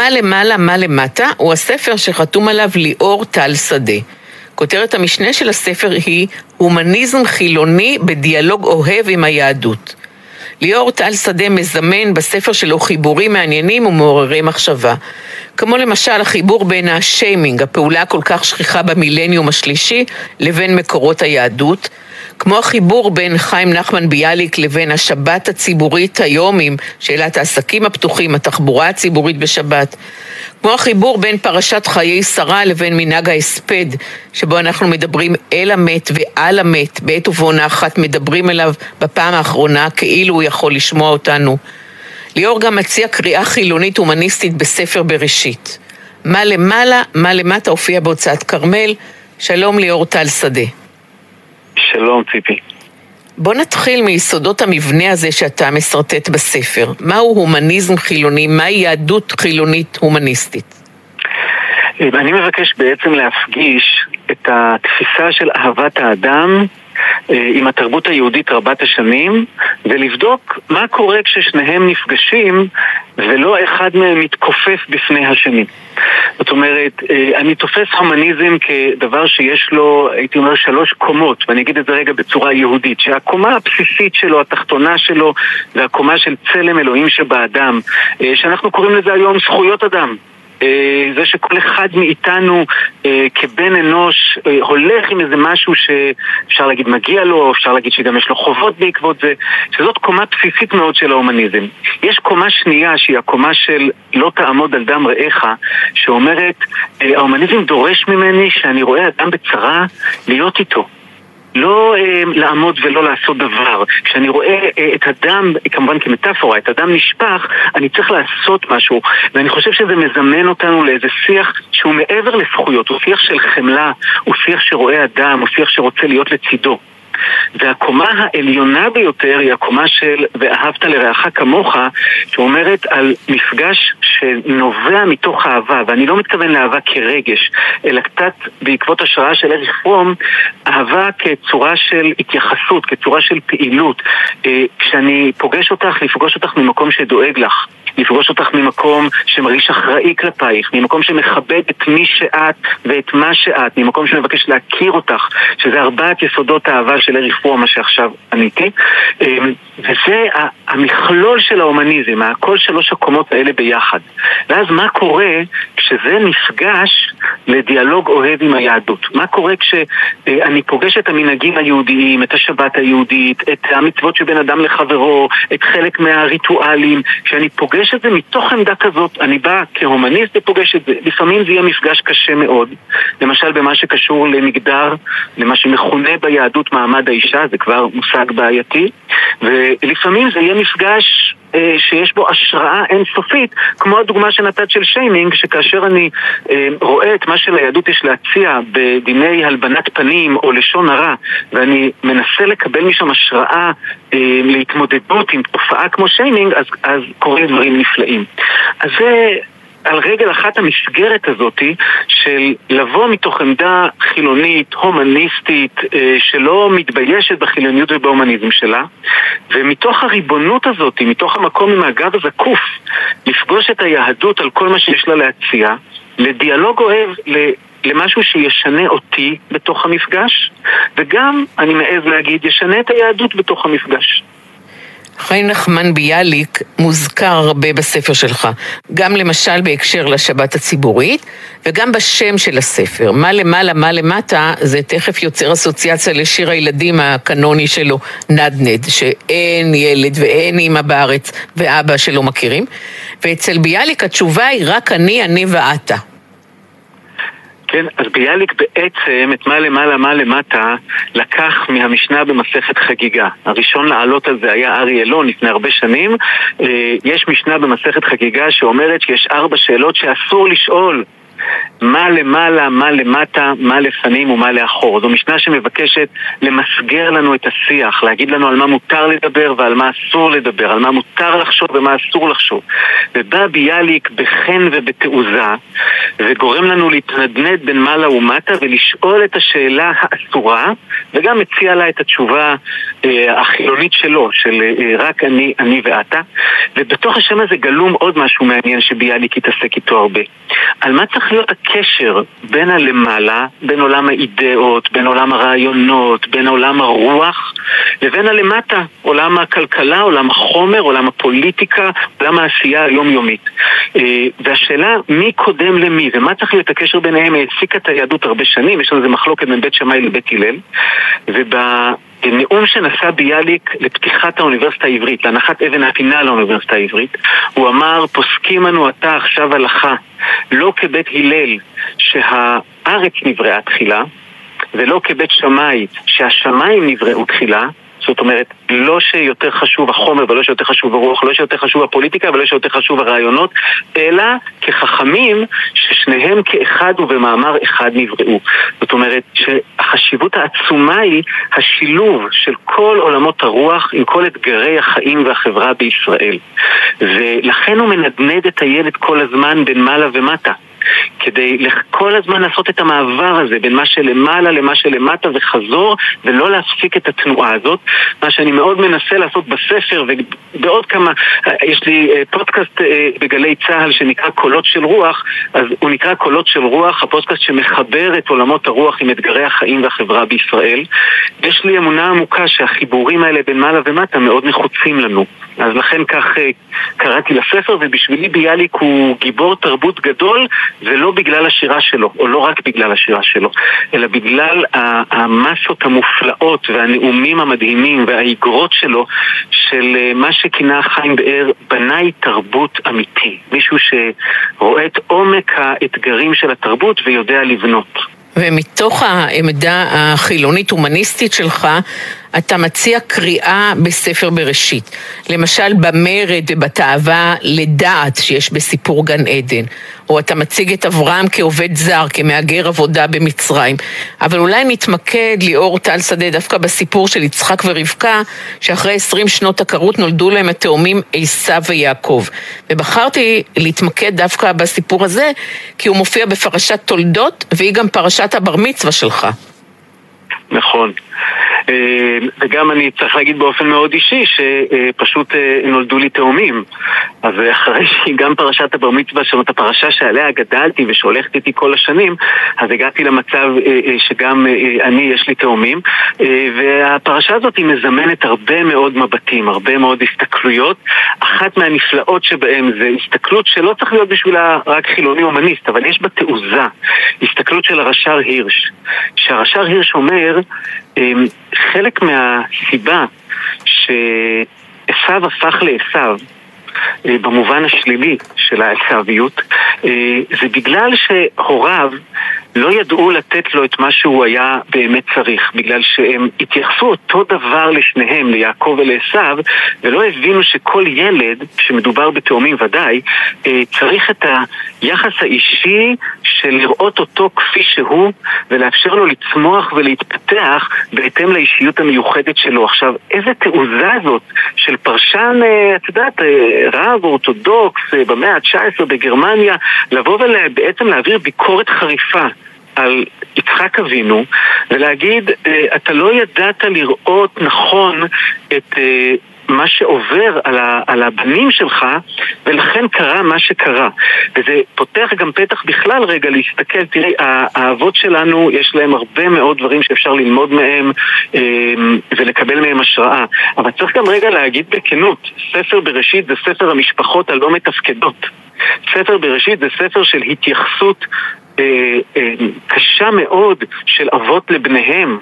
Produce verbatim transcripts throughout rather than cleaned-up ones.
מה למעלה, מה למטה, הוא הספר שחתום עליו ליאור טל שדה. כותרת המשנה של הספר היא הומניזם חילוני בדיאלוג אוהב עם היהדות. ליאור טל שדה מזמן בספר שלו חיבורים מעניינים ומעוררי מחשבה. כמו למשל החיבור בין השיימינג, הפעולה הכל כך שכיחה במילניום השלישי, לבין מקורות היהדות. כמו החיבור בין חיים נחמן ביאליק לבין השבת הציבורית היום עם שאלת העסקים הפתוחים, התחבורה הציבורית בשבת. כמו החיבור בין פרשת חיי שרה לבין מנהג ההספד, שבו אנחנו מדברים אל המת ועל המת, בעת ובעונה אחת מדברים אליו בפעם האחרונה, כאילו הוא יכול לשמוע אותנו. ליאור גם מציע קריאה חילונית הומניסטית בספר בראשית. מה למעלה, מה למטה הופיע בהוצאת כרמל. שלום ליאור טל שדה. שלום ציפי. בוא נתחיל מיסודות המבנה הזה שאתה מסרטט בספר. מהו הומניזם חילוני? מהי יהדות חילונית הומניסטית? אני מבקש בעצם להפגיש את התפיסה של אהבת האדם עם התרבות היהודית רבת השנים, ולבדוק מה קורה כששניהם נפגשים ולא אחד מהם מתכופף בפני השני. זאת אומרת, אני תופס הומניזם כדבר שיש לו, הייתי אומר, שלוש קומות, ואני אגיד את זה רגע בצורה יהודית, שהקומה הבסיסית שלו, התחתונה שלו, זה הקומה של צלם אלוהים שבאדם, שאנחנו קוראים לזה היום זכויות אדם. זה שכל אחד מאיתנו כבן אנוש הולך עם איזה משהו שאפשר להגיד מגיע לו, אפשר להגיד שגם יש לו חובות בעקבות זה, שזאת קומה בסיסית מאוד של ההומניזם. יש קומה שנייה שהיא הקומה של לא תעמוד על דם רעך, שאומרת ההומניזם דורש ממני שאני רואה אדם בצרה להיות איתו, לא אה, לעמוד ולא לעשות דבר. כשאני רואה אה, את הדם, כמובן כמטאפורה, את הדם נשפך, אני צריך לעשות משהו, ואני חושב שזה מזמן אותנו לאיזה שיח שהוא מעבר לזכויות, הוא שיח של חמלה, הוא שיח שרואה אדם, הוא שיח שרוצה להיות לצידו. והקומה העליונה ביותר היא הקומה של ואהבת לרעך כמוך, שאומרת על מפגש שנובע מתוך אהבה, ואני לא מתכוון לאהבה כרגש, אלא קצת בעקבות השראה של אריך פרום, אהבה כצורה של התייחסות, כצורה של פעילות. כשאני פוגש אותך, לפגוש אותך ממקום שדואג לך, לפגוש אותך ממקום שמרגיש אחראי כלפייך, ממקום שמכבד את מי שאת ואת מה שאת, ממקום שמבקש להכיר אותך, שזה ארבעת יסודות האהבה של אריך פרום, מה שעכשיו עניתי. וזה המכלול של ההומניזם, כל שלוש הקומות האלה ביחד. ואז מה קורה כשזה נפגש לדיאלוג אוהב עם היהדות? מה קורה כשאני פוגש את המנהגים היהודיים, את השבת היהודית, את המצוות שבין אדם לחברו, את חלק מהריטואלים? כשאני פוגש את זה מתוך עמדה כזאת, אני בא כהומניסט ופוגש את זה. לפעמים זה יהיה מפגש קשה מאוד, למשל במה שקשור למגדר, למה שמכונה ביהדות מעמד האישה, זה כבר מושג בעייתי, ולפעמים זה יהיה מפגש אה, שיש בו השראה אינסופית, כמו הדוגמה שנתת של שיימינג, שכאשר אני אה, רואה את מה שליהדות יש להציע בדיני הלבנת פנים או לשון הרע, ואני מנסה לקבל משם השראה אה, להתמודדות עם תופעה כמו שיימינג, אז, אז קוראים דברים נפלאים. אז זה על רגל אחת המסגרת הזאת של לבוא מתוך עמדה חילונית, הומניסטית, שלא מתביישת בחילוניות ובהומניזם שלה, ומתוך הריבונות הזאת, מתוך המקום עם הגב הזקוף, לפגוש את היהדות על כל מה שיש לה להציע, לדיאלוג אוהב, למשהו שישנה אותי בתוך המפגש, וגם, אני מעז להגיד, ישנה את היהדות בתוך המפגש. חיים נחמן ביאליק מוזכר הרבה בספר שלך, גם למשל בהקשר לשבת הציבורית, וגם בשם של הספר. מה למעלה, מה למטה, זה תכף יוצר אסוציאציה לשיר הילדים הקנוני שלו, נדנד, שאין ילד ואין אמא בארץ ואבא שלא מכירים. ואצל ביאליק התשובה היא רק אני, אני ואתה. כן, אז ביאליק בעצם את מה למעלה מה למטה לקח מהמשנה במסכת חגיגה. הראשון לעלות על זה היה ארי אלון לפני הרבה שנים. יש משנה במסכת חגיגה שאומרת שיש ארבע שאלות שאסור לשאול מה למעלה, מה למטה, מה לפנים ומה לאחור. זו משנה שמבקשת למסגר לנו את השיח, להגיד לנו על מה מותר לדבר ועל מה אסור לדבר, על מה מותר לחשוב ומה אסור לחשוב. ובא ביאליק בחן ובתעוזה, וגורם לנו להתנדנד בין מעלה ומטה ולשאול את השאלה האסורה, וגם מציע לה את התשובה אה, החילונית שלו, של אה, רק אני, אני ואתה. ובתוך השם הזה גלום עוד משהו מעניין שביאליק התעסק איתו הרבה. על מה צריך להיות הקשר בין הלמעלה, בין עולם האידאות, בין עולם הרעיונות, בין עולם הרוח, לבין הלמטה, עולם הכלכלה, עולם החומר, עולם הפוליטיקה, עולם העשייה היומיומית. והשאלה מי קודם למי, ומה צריך להיות הקשר ביניהם, העסיקה את היהדות הרבה שנים, יש לנו איזה מחלוקת בין בית שמאי לבית הלל, ובנאום שנשא ביאליק לפתיחת האוניברסיטה העברית, להנחת אבן הפינה לאוניברסיטה העברית, הוא אמר, פוסקים אנו אתה עכשיו הלכה, לא כבית הלל שהארץ נבראה תחילה, ולא כבית שמאי שהשמיים נבראו תחילה. זאת אומרת, לא שיותר חשוב החומר ולא שיותר חשוב הרוח, לא שיותר חשוב הפוליטיקה ולא שיותר חשוב הרעיונות, אלא כחכמים ששניהם כאחד ובמאמר אחד נבראו. זאת אומרת שהחשיבות העצומה היא השילוב של כל עולמות הרוח עם כל אתגרי החיים והחברה בישראל. ולכן הוא מנדנד את הילד כל הזמן בין מעלה ומטה, כדי כל הזמן לעשות את המעבר הזה בין מה שלמעלה למה שלמטה וחזור, ולא להפסיק את התנועה הזאת, מה שאני מאוד מנסה לעשות בספר. ובעוד כמה, יש לי פודקאסט בגלי צהל שנקרא קולות של רוח, אז הוא נקרא קולות של רוח, הפודקאסט שמחבר את עולמות הרוח עם אתגרי החיים והחברה בישראל. יש לי אמונה עמוקה שהחיבורים האלה בין מעלה ומטה מאוד נחוצים לנו, אז לכן כך קראתי לספר. ובשבילי ביאליק הוא גיבור תרבות גדול, ולא בגלל השירה שלו, או לא רק בגלל השירה שלו, אלא בגלל המסות המופלאות והנאומים המדהימים והאיגרות שלו, של מה שכינה חיים באר בנאי תרבות אמיתי, מישהו שרואה את עומק האתגרים של התרבות ויודע לבנות. ומתוך העמדה החילונית-הומניסטית שלך, אתה מציע קריאה בספר בראשית. למשל במרד ובתאווה לדעת שיש בסיפור גן עדן. או אתה מציג את אברהם כעובד זר, כמהגר עבודה במצרים. אבל אולי נתמקד ליאור טל שדה דווקא בסיפור של יצחק ורבקה, שאחרי עשרים שנות עקרות נולדו להם התאומים עשיו ויעקב. ובחרתי להתמקד דווקא בסיפור הזה, כי הוא מופיע בפרשת תולדות, והיא גם פרשת הבר מצווה שלך. נכון. וגם אני צריך להגיד באופן מאוד אישי שפשוט נולדו לי תאומים. אז אחרי שהיא גם פרשת הבר מצווה, זאת הפרשה שעליה גדלתי ושהולכת איתי כל השנים, אז הגעתי למצב שגם אני יש לי תאומים, והפרשה הזאת היא מזמנת הרבה מאוד מבטים, הרבה מאוד הסתכלויות. אחת מהנפלאות שבהם זה הסתכלות שלא צריך להיות בשבילה רק חילוני הומניסט, אבל יש בה תעוזה, הסתכלות של הרש"ר הירש, שהרש"ר הירש אומר, חלק מהסיבה שעשיו הפך לעשיו במובן השלילי של העשוויות, זה בגלל שהוריו לא ידעו לתת לו את מה שהוא היה באמת צריך, בגלל שהם התייחסו אותו דבר לשניהם, ליעקב ולעשיו, ולא הבינו שכל ילד, שמדובר בתאומים ודאי, צריך את היחס האישי של לראות אותו כפי שהוא, ולאפשר לו לצמוח ולהתפתח בהתאם לאישיות המיוחדת שלו. עכשיו, איזה תעוזה זאת של פרשן, את יודעת, רב אורתודוקס במאה ה-תשע עשרה בגרמניה, לבוא ובעצם להעביר ביקורת חריפה על יצחק אבינו, ולהגיד, אתה לא ידעת לראות נכון את מה שעובר על, ה, על הבנים שלך, ולכן קרה מה שקרה. וזה פותח גם פתח בכלל רגע להסתכל, תראי, האבות שלנו יש להם הרבה מאוד דברים שאפשר ללמוד מהם ולקבל מהם השראה. אבל צריך גם רגע להגיד בכנות, ספר בראשית זה ספר המשפחות הלא מתפקדות. ספר בראשית זה ספר של התייחסות קשה מאוד של אבות לבניהם.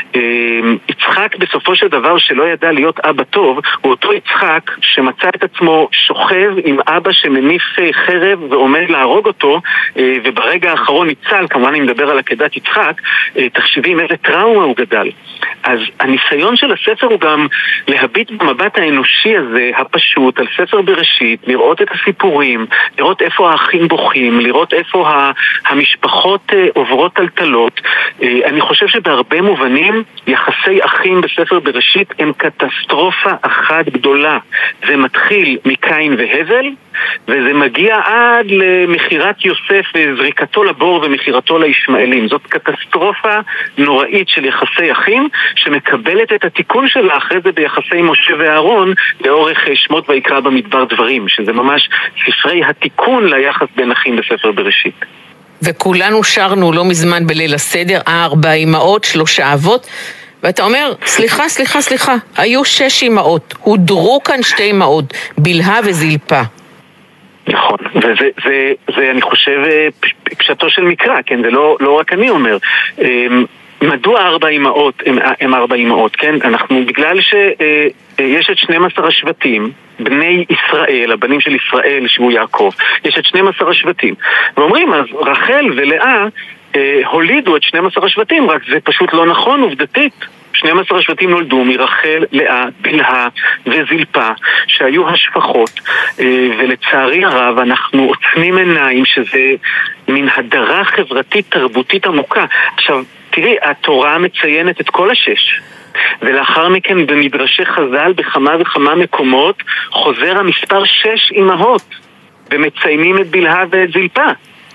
יצחק בסופו של דבר שלא ידע להיות אבא טוב, הוא אותו יצחק שמצא את עצמו שוכב עם אבא שמניף חרב ועומד להרוג אותו, וברגע האחרון ניצל. כמובן אני מדבר על עקדת יצחק. תחשבים איזה טראומה הוא גדל. אז הניסיון של הספר הוא גם להביט במבט האנושי הזה הפשוט על ספר בראשית, לראות את הסיפורים, לראות איפה האחים בוכים, לראות איפה המשפחות עוברות טלטלות. אני חושב שבהרבה מובנים יחסי אחים בספר בראשית הם קטסטרופה אחת גדולה. זה מתחיל מקין והבל, וזה מגיע עד למחירת יוסף וזריקתו לבור ומחירתו לישמעאלים. זאת קטסטרופה נוראית של יחסי אחים שמקבלת את התיקון שלה אחרי זה ביחסי משה ואהרון לאורך שמות ויקרא במדבר דברים, שזה ממש ספרי התיקון ליחס בין אחים בספר בראשית. וכולנו שרנו לא מזמן בליל הסדר, ארבע אמהות, שלושה אבות, ואתה אומר, סליחה, סליחה, סליחה, היו שש אמהות, הודרו כאן שתי אמהות, בלהה וזלפה. נכון, וזה, זה, זה, אני חושב, פשטו של מקרא, כן, זה לא, לא רק אני אומר. מדוע ארבע אמהות הם, הם ארבע אמהות, כן? אנחנו, בגלל שיש את שנים עשר השבטים, בני ישראל, הבנים של ישראל שהוא יעקב, יש את שנים עשר השבטים, ואומרים, אז רחל ולאה אה, הולידו את שנים עשר השבטים, רק זה פשוט לא נכון עובדתית. שנים עשר השבטים נולדו מרחל, לאה, בלהה וזלפה, שהיו השפחות, ולצערי הרב אנחנו עוצמים עיניים שזה מין הדרה חברתית תרבותית עמוקה. עכשיו, תראי, התורה מציינת את כל השש, ולאחר מכן במדרשי חז"ל בכמה וכמה מקומות חוזר המספר שש אמהות, ומציינים את בלהה ואת זלפה.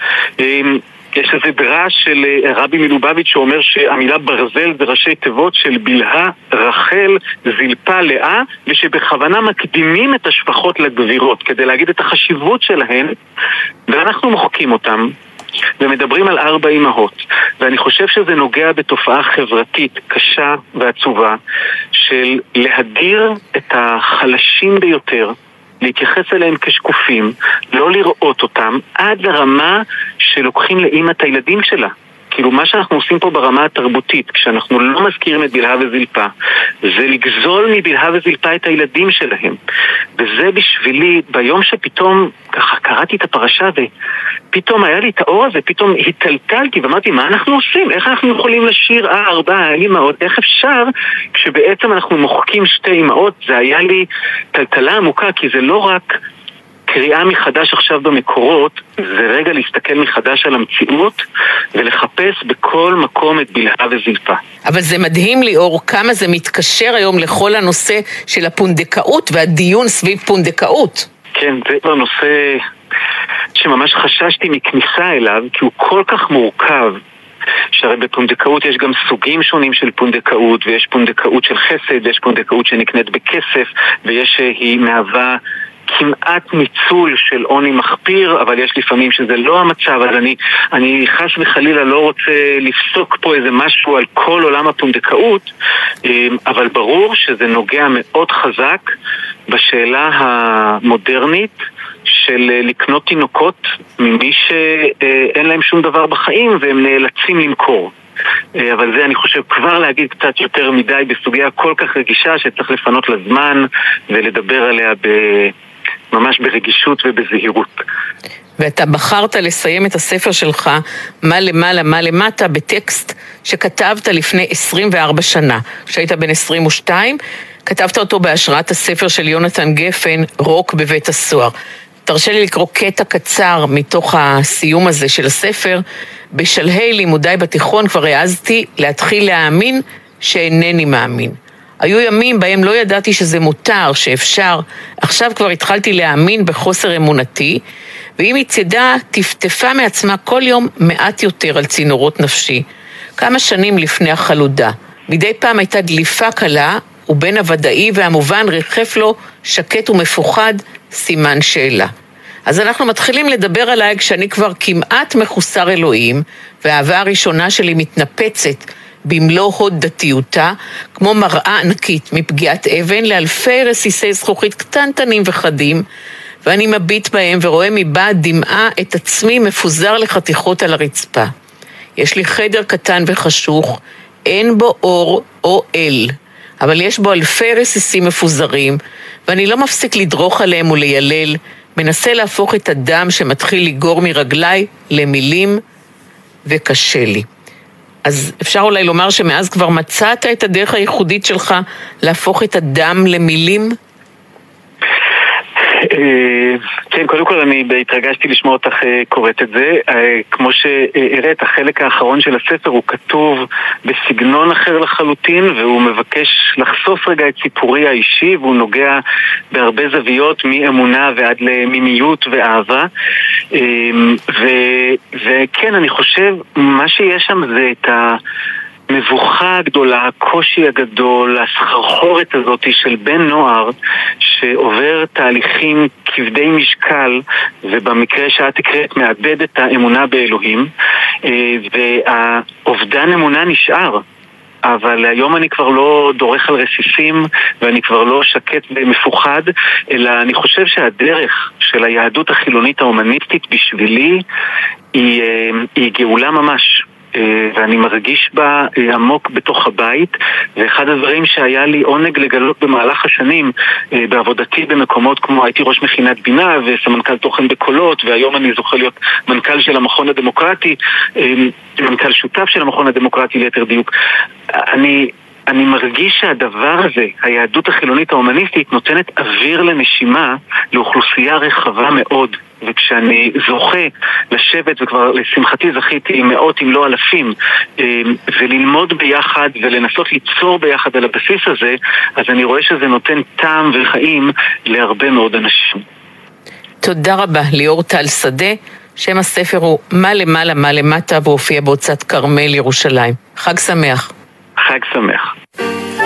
יש איזה דרש של רבי מלובביץ' שאומר שהמילה ברזל זה ראשי תיבות של בלהה, רחל, זלפה, לאה, ושבכוונה מקדימים את השפחות לגבירות כדי להגיד את החשיבות שלהן, ואנחנו מוחקים אותם ומדברים על ארבע אמהות. ואני חושב שזה נוגע בתופעה חברתית קשה ועצובה של להדיר את החלשים ביותר, להתייחס אליהם כשקופים, לא לראות אותם, עד לרמה שלוקחים לאמא את הילדים שלה. כאילו מה שאנחנו עושים פה ברמה התרבותית, כשאנחנו לא מזכירים את בלהה וזלפה, זה לגזול מבלהה וזלפה את הילדים שלהם. וזה בשבילי, ביום שפתאום ככה קראתי את הפרשה ופתאום היה לי את האור הזה, פתאום התלתלתי ואמרתי, מה אנחנו עושים? איך אנחנו יכולים לשיר אה, ארבע אמהות? איך אפשר? כשבעצם אנחנו מוחקים שתי אמהות, זה היה לי טלטלה עמוקה, כי זה לא רק קריאה מחדש עכשיו במקורות, זה רגע להסתכל מחדש על המציאות ולחפש בכל מקום את בלהה וזלפה. אבל זה מדהים ליאור כמה זה מתקשר היום לכל הנושא של הפונדקאות והדיון סביב פונדקאות. כן, זה כבר נושא שממש חששתי מכניסה אליו, כי הוא כל כך מורכב. שהרי בפונדקאות יש גם סוגים שונים של פונדקאות, ויש פונדקאות של חסד, ויש פונדקאות שנקנית בכסף, ויש שהיא מהווה כמעט ניצול של עוני מחפיר, אבל יש לפעמים שזה לא המצב. אז אני, אני חס וחלילה לא רוצה לפסוק פה איזה משהו על כל עולם הפונדקאות, אבל ברור שזה נוגע מאוד חזק בשאלה המודרנית של לקנות תינוקות ממי שאין להם שום דבר בחיים והם נאלצים למכור. אבל זה אני חושב כבר להגיד קצת יותר מדי בסוגיה כל כך רגישה שצריך לפנות לזמן ולדבר עליה ב... ממש ברגישות ובזהירות. ואתה בחרת לסיים את הספר שלך, מה למעלה, מה למטה, בטקסט שכתבת לפני עשרים וארבע שנה. כשהיית בן עשרים ושתיים, כתבת אותו בהשראת הספר של יונתן גפן, רוק בבית הסוהר. תרשה לי לקרוא קטע קצר מתוך הסיום הזה של הספר. בשלהי לימודיי בתיכון כבר העזתי להתחיל להאמין שאינני מאמין. היו ימים בהם לא ידעתי שזה מותר, שאפשר. עכשיו כבר התחלתי להאמין בחוסר אמונתי, והיא מצדה טפטפה מעצמה כל יום מעט יותר על צינורות נפשי. כמה שנים לפני החלודה. מדי פעם הייתה דליפה קלה, ובין הוודאי והמובן ריחף לו שקט ומפוחד סימן שאלה. אז אנחנו מתחילים לדבר עליי כשאני כבר כמעט מחוסר אלוהים, והאהבה הראשונה שלי מתנפצת במלוא הוד דתיותה, כמו מראה ענקית מפגיעת אבן לאלפי רסיסי זכוכית קטנטנים וחדים, ואני מביט בהם ורואה מבעד דמעה את עצמי מפוזר לחתיכות על הרצפה. יש לי חדר קטן וחשוך, אין בו אור או אל, אבל יש בו אלפי רסיסים מפוזרים, ואני לא מפסיק לדרוך עליהם וליילל, מנסה להפוך את הדם שמתחיל לגור מרגליי למילים, וקשה לי. אז אפשר אולי לומר שמאז כבר מצאת את הדרך הייחודית שלך להפוך את הדם למילים? כן, קודם כל אני התרגשתי לשמוע אותך קוראת את זה. כמו שהראית, החלק האחרון של הספר הוא כתוב בסגנון אחר לחלוטין, והוא מבקש לחשוף רגע את סיפורי האישי, והוא נוגע בהרבה זוויות מאמונה ועד למיניות ואהבה. וכן, אני חושב, מה שיש שם זה את ה... מבוכה הגדולה, הקושי הגדול, הסחרחורת הזאת של בן נוער שעובר תהליכים כבדי משקל, ובמקרה שאת הקראת מאבד את האמונה באלוהים, והאובדן אמונה נשאר. אבל היום אני כבר לא דורך על רסיסים ואני כבר לא שקט ומפוחד, אלא אני חושב שהדרך של היהדות החילונית ההומניסטית בשבילי היא, היא גאולה ממש. ואני מרגיש בה עמוק בתוך הבית, ואחד הדברים שהיה לי עונג לגלות במהלך השנים בעבודתי במקומות כמו הייתי ראש מכינת בינה וסמנכ"ל תוכן בקולות, והיום אני זוכה להיות מנכ"ל של המכון הדמוקרטי, מנכ"ל שותף של המכון הדמוקרטי ליתר דיוק. אני אני מרגיש שהדבר הזה, היהדות החילונית ההומניסטית, נותנת אוויר לנשימה לאוכלוסייה רחבה מאוד. וכשאני זוכה לשבת, וכבר לשמחתי זכיתי עם מאות אם לא אלפים, וללמוד ביחד ולנסות ליצור ביחד על הבסיס הזה, אז אני רואה שזה נותן טעם וחיים להרבה מאוד אנשים. תודה רבה, ליאור טל שדה. שם הספר הוא מה למעלה מה למטה, והופיע בהוצאת כרמל ירושלים. חג שמח. חג שמח.